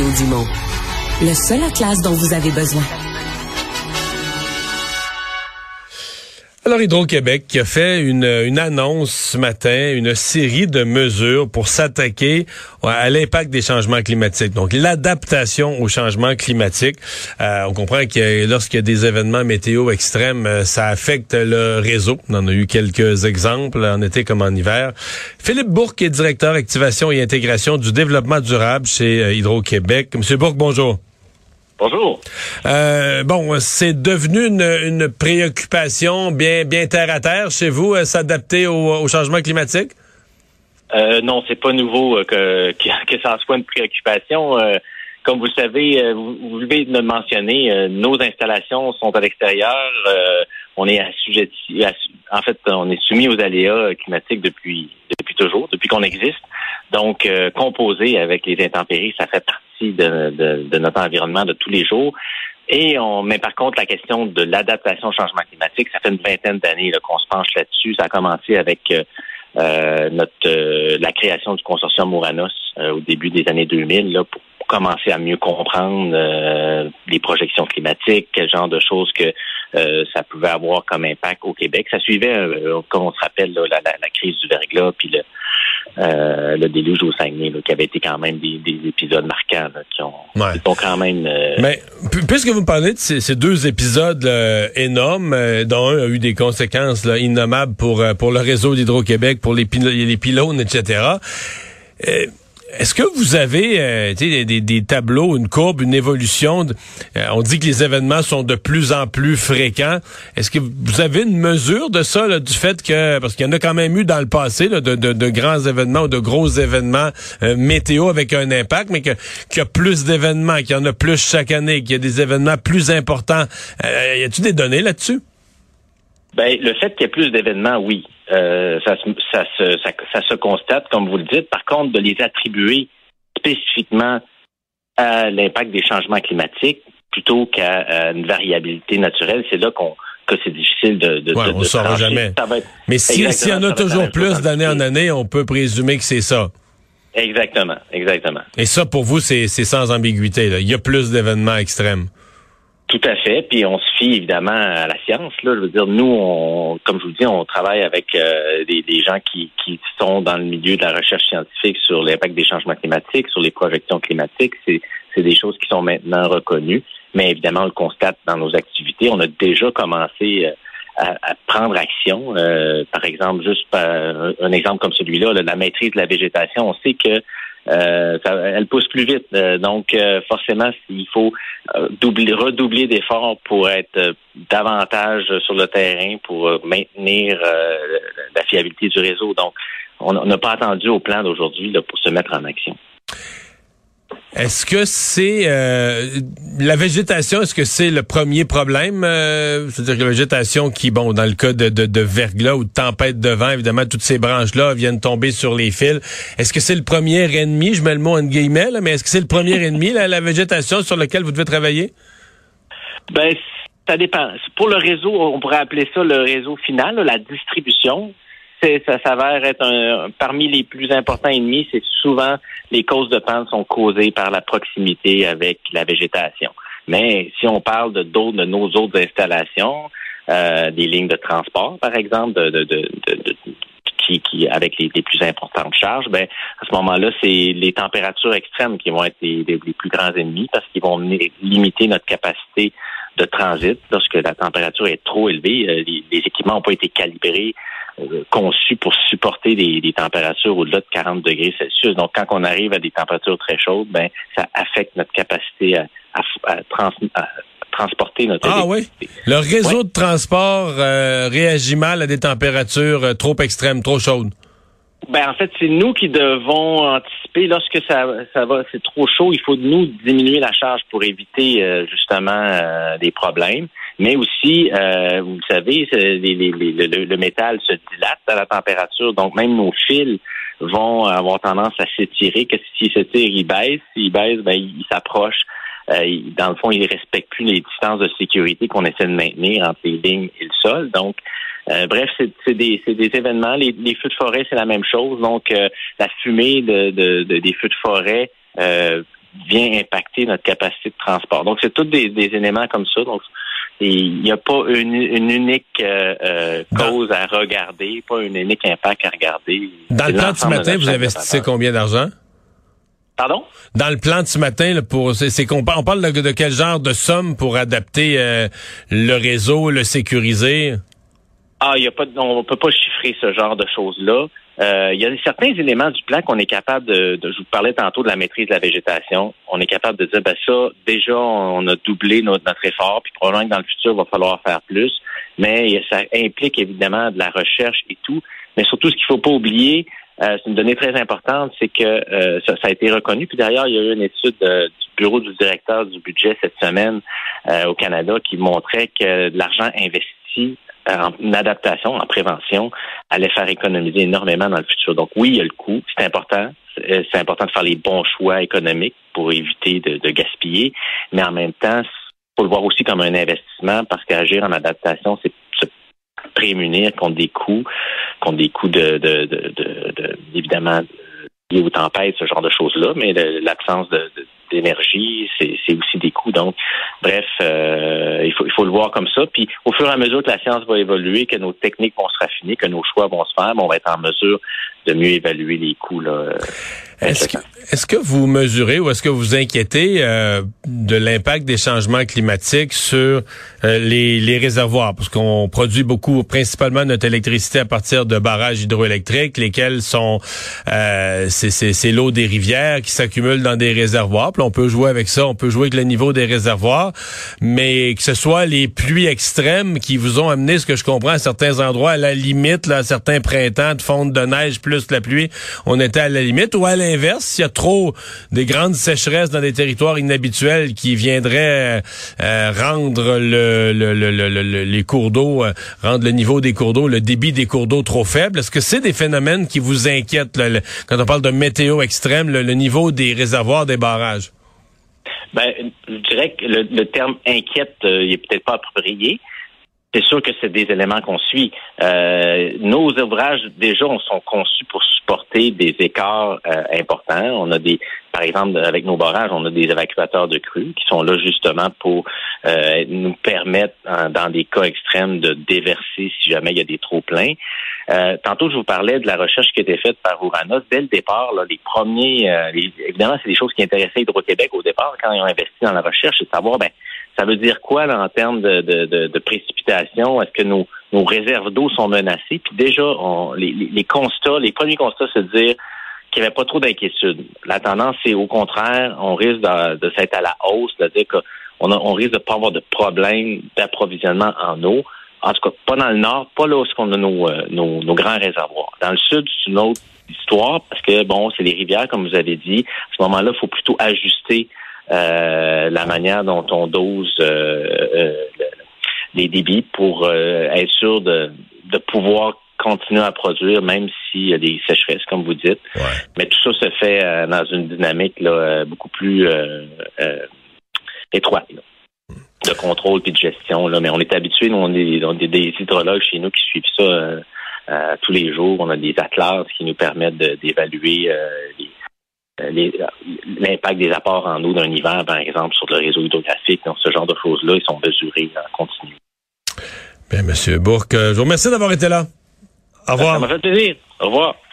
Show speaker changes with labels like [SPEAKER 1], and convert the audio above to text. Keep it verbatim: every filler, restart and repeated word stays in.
[SPEAKER 1] Dumont. Le seul atlas dont vous avez besoin.
[SPEAKER 2] Alors, Hydro-Québec qui a fait une, une annonce ce matin, une série de mesures pour s'attaquer à l'impact des changements climatiques. Donc, l'adaptation aux changements climatiques. Euh, on comprend que lorsqu'il y a des événements météo extrêmes, ça affecte le réseau. On en a eu quelques exemples en été comme en hiver. Philippe Bourque est directeur activation et intégration du développement durable chez Hydro-Québec. Monsieur Bourque, bonjour.
[SPEAKER 3] Bonjour.
[SPEAKER 2] Euh, bon, c'est devenu une, une préoccupation bien, bien terre à terre chez vous, euh, s'adapter au, au changement climatique?
[SPEAKER 3] Euh, non, c'est pas nouveau euh, que, que que ça en soit une préoccupation. Euh, comme vous le savez, euh, vous, vous venez de le mentionner, euh, nos installations sont à l'extérieur. Euh, on est assujetti, assu, en fait, on est soumis aux aléas climatiques depuis depuis toujours, depuis qu'on existe. Donc, euh, composer avec les intempéries, ça fait partie de, de, de notre environnement de tous les jours. Et on, mais par contre, la question de l'adaptation au changement climatique, ça fait une vingtaine d'années là, qu'on se penche là-dessus. Ça a commencé avec euh, notre euh, la création du consortium Ouranos euh, au début des années deux mille, là, pour commencer à mieux comprendre euh, les projections climatiques, quel genre de choses que euh, ça pouvait avoir comme impact au Québec. Ça suivait, euh, comme on se rappelle, là, la, la, la crise du verglas, puis le Euh, le déluge au Saguenay, là, qui avait été quand même des, des épisodes marquants là, qui, ont,
[SPEAKER 2] ouais.
[SPEAKER 3] qui ont quand même... Euh...
[SPEAKER 2] Mais puisque vous me parlez de ces, ces deux épisodes là, énormes, euh, dont un a eu des conséquences là, innommables pour, euh, pour le réseau d'Hydro-Québec, pour les, pil- les pylônes, et cetera, euh, est-ce que vous avez euh, des, des, des tableaux, une courbe, une évolution? De, euh, on dit que les événements sont de plus en plus fréquents. Est-ce que vous avez une mesure de ça, là, du fait que, parce qu'il y en a quand même eu dans le passé, là, de, de, de grands événements ou de gros événements euh, météo avec un impact, mais que, qu'il y a plus d'événements, qu'il y en a plus chaque année, qu'il y a des événements plus importants. Euh, y a-t-il des données là-dessus?
[SPEAKER 3] Ben, le fait qu'il y ait plus d'événements, oui. Euh, ça, ça, ça, ça, ça se constate, comme vous le dites. Par contre, de les attribuer spécifiquement à l'impact des changements climatiques plutôt qu'à, à une variabilité naturelle, c'est là qu'on que c'est difficile de de
[SPEAKER 2] ouais,
[SPEAKER 3] de,
[SPEAKER 2] on
[SPEAKER 3] de
[SPEAKER 2] saura jamais.
[SPEAKER 3] Être,
[SPEAKER 2] Mais s'il si y en a toujours plus d'année en année, on peut présumer que c'est ça.
[SPEAKER 3] Exactement, exactement.
[SPEAKER 2] Et ça, pour vous, c'est, c'est sans ambiguïté, là. Il y a plus d'événements extrêmes.
[SPEAKER 3] Tout à fait, puis on se fie évidemment à la science. Là, je veux dire, nous, on, comme je vous dis, on travaille avec euh, des, des gens qui, qui sont dans le milieu de la recherche scientifique sur l'impact des changements climatiques, sur les projections climatiques. C'est, c'est des choses qui sont maintenant reconnues, mais évidemment, on le constate dans nos activités. On a déjà commencé euh, à, à prendre action. Euh, par exemple, juste par, un exemple comme celui-là, là, la maîtrise de la végétation. On sait que Euh, ça, elle pousse plus vite. Euh, donc, euh, forcément, il faut euh, doubler, redoubler d'efforts pour être euh, davantage sur le terrain, pour euh, maintenir euh, la fiabilité du réseau. Donc, on n'a pas attendu au plan d'aujourd'hui là, pour se mettre en action.
[SPEAKER 2] Est-ce que c'est euh, la végétation, est-ce que c'est le premier problème? Euh, c'est-à-dire que la végétation qui, bon, dans le cas de, de, de verglas ou de tempête de vent, évidemment, toutes ces branches-là viennent tomber sur les fils. Est-ce que c'est le premier ennemi, je mets le mot en guillemets, là, mais est-ce que c'est le premier ennemi, la, la végétation sur lequel vous devez travailler?
[SPEAKER 3] Ben, ça dépend. Pour le réseau, on pourrait appeler ça le réseau final, là, la distribution. C'est, ça s'avère être un, parmi les plus importants ennemis, c'est souvent les causes de panne sont causées par la proximité avec la végétation. Mais si on parle de d'autres de nos autres installations, euh, des lignes de transport, par exemple, de, de, de, de, de qui, qui avec les, les plus importantes charges, ben à ce moment-là, c'est les températures extrêmes qui vont être les, les, les plus grands ennemis parce qu'ils vont limiter notre capacité de transit lorsque la température est trop élevée. Les, les équipements n'ont pas été calibrés, euh, conçus pour supporter des, des températures au-delà de quarante degrés Celsius. Donc, quand on arrive à des températures très chaudes, ben ça affecte notre capacité à, à, à, trans, à transporter notre
[SPEAKER 2] Ah
[SPEAKER 3] électricité.
[SPEAKER 2] Oui? Le réseau
[SPEAKER 3] ouais.
[SPEAKER 2] de transport euh, réagit mal à des températures euh, trop extrêmes, trop chaudes.
[SPEAKER 3] Ben en fait, c'est nous qui devons anticiper lorsque ça ça va, c'est trop chaud, il faut nous diminuer la charge pour éviter euh, justement euh, des problèmes. Mais aussi, euh, vous le savez, les, les, les, le, le métal se dilate à la température, donc même nos fils vont avoir tendance à s'étirer. Que s'ils s'étirent, ils baissent. S'ils baissent, ben ils s'approchent. Euh, dans le fond, ils ne respectent plus les distances de sécurité qu'on essaie de maintenir entre les lignes et le sol. Donc, euh, bref, c'est, c'est, des, c'est des événements. Les, les feux de forêt, c'est la même chose. Donc, euh, la fumée de, de, de, des feux de forêt euh, vient impacter notre capacité de transport. Donc, c'est tous des, des éléments comme ça. Donc, il n'y a pas une, une unique euh, euh, cause à regarder, pas un unique impact à regarder.
[SPEAKER 2] Dans le plan de ce matin, vous investissez combien d'argent?
[SPEAKER 3] Pardon? Dans
[SPEAKER 2] le plan de ce matin, là, pour c'est, c'est qu'on on parle de, de quel genre de somme pour adapter euh, le réseau, le sécuriser?
[SPEAKER 3] Ah, il y a pas, on peut pas chiffrer ce genre de choses-là. Euh, il y a certains éléments du plan qu'on est capable de, de, je vous parlais tantôt de la maîtrise de la végétation. On est capable de dire, ben ça, déjà, on a doublé notre, notre effort, puis probablement que dans le futur, il va falloir faire plus. Mais ça implique évidemment de la recherche et tout. Mais surtout, ce qu'il faut pas oublier, euh, c'est une donnée très importante, c'est que euh, ça, ça a été reconnu. Puis d'ailleurs, il y a eu une étude euh, du bureau du directeur du budget cette semaine euh, au Canada qui montrait que de l'argent investi en adaptation, en prévention, allait faire économiser énormément dans le futur. Donc oui, il y a le coût, c'est important. C'est important de faire les bons choix économiques pour éviter de, de gaspiller, mais en même temps, il faut le voir aussi comme un investissement parce qu'agir en adaptation, c'est se prémunir contre des coûts, contre des coûts de, de, de, de, de évidemment, liés aux tempêtes, ce genre de choses-là, mais de, l'absence de, de d'énergie, c'est, c'est aussi des coûts. Donc, bref, euh, il faut il faut le voir comme ça. Puis, au fur et à mesure que la science va évoluer, que nos techniques vont se raffiner, que nos choix vont se faire, on va être en mesure de mieux évaluer les coûts. Là,
[SPEAKER 2] est-ce que, est-ce que vous mesurez ou est-ce que vous inquiétez euh, de l'impact des changements climatiques sur euh, les, les réservoirs? Parce qu'on produit beaucoup, principalement notre électricité à partir de barrages hydroélectriques, lesquels sont euh, c'est, c'est, c'est l'eau des rivières qui s'accumule dans des réservoirs. Puis on peut jouer avec ça, on peut jouer avec le niveau des réservoirs, mais que ce soit les pluies extrêmes qui vous ont amené, ce que je comprends, à certains endroits, à la limite, là, à certains printemps, de fonte de neige plus la pluie, on était à la limite, ou à l'inverse, s'il y a trop des grandes sécheresses dans des territoires inhabituels qui viendraient euh, rendre le, le, le, le, le les cours d'eau, euh, rendre le niveau des cours d'eau, le débit des cours d'eau trop faible. Est-ce que c'est des phénomènes qui vous inquiètent là, le, quand on parle de météo extrême, le, le niveau des réservoirs, des barrages?
[SPEAKER 3] Ben, je dirais que le, le terme inquiète, euh, il est peut-être pas approprié. C'est sûr que c'est des éléments qu'on suit. Euh, nos ouvrages, déjà, on sont conçus pour supporter des écarts euh, importants. On a des, par exemple, avec nos barrages, on a des évacuateurs de crues qui sont là justement pour euh, nous permettre, en, dans des cas extrêmes, de déverser si jamais il y a des trop-pleins. Euh, tantôt, je vous parlais de la recherche qui a été faite par Ouranos. Dès le départ, là, les premiers, euh, les, évidemment, c'est des choses qui intéressaient Hydro-Québec au départ quand ils ont investi dans la recherche, c'est de savoir, ben, ça veut dire quoi là, en termes de, de, de, de précipitation? Est-ce que nos, nos réserves d'eau sont menacées? Puis déjà, on, les, les, les constats, les premiers constats, c'est de dire qu'il n'y avait pas trop d'inquiétude. La tendance, c'est au contraire, on risque de, de s'être à la hausse, c'est-à-dire qu'on a, on risque de ne pas avoir de problème d'approvisionnement en eau. En tout cas, pas dans le nord, pas là où on a nos, nos, nos grands réservoirs. Dans le sud, c'est une autre histoire parce que, bon, c'est les rivières, comme vous avez dit. À ce moment-là, il faut plutôt ajuster Euh, la manière dont on dose euh, euh, les débits pour euh, être sûr de, de pouvoir continuer à produire, même s'il y a des sécheresses, comme vous dites.
[SPEAKER 2] Ouais.
[SPEAKER 3] Mais tout ça se fait euh, dans une dynamique là, beaucoup plus euh, euh, étroite, là, de contrôle et de gestion. Là. Mais on est habitués, nous, on est, on est des hydrologues chez nous qui suivent ça euh, euh, tous les jours. On a des atlas qui nous permettent de, d'évaluer euh, les Les, l'impact des apports en eau d'un hiver, par exemple, sur le réseau hydrographique. Donc, ce genre de choses-là, ils sont mesurés en continu.
[SPEAKER 2] Bien, M. Bourque, je vous remercie d'avoir été là. Au revoir.
[SPEAKER 3] Ça m'a fait plaisir. Au revoir.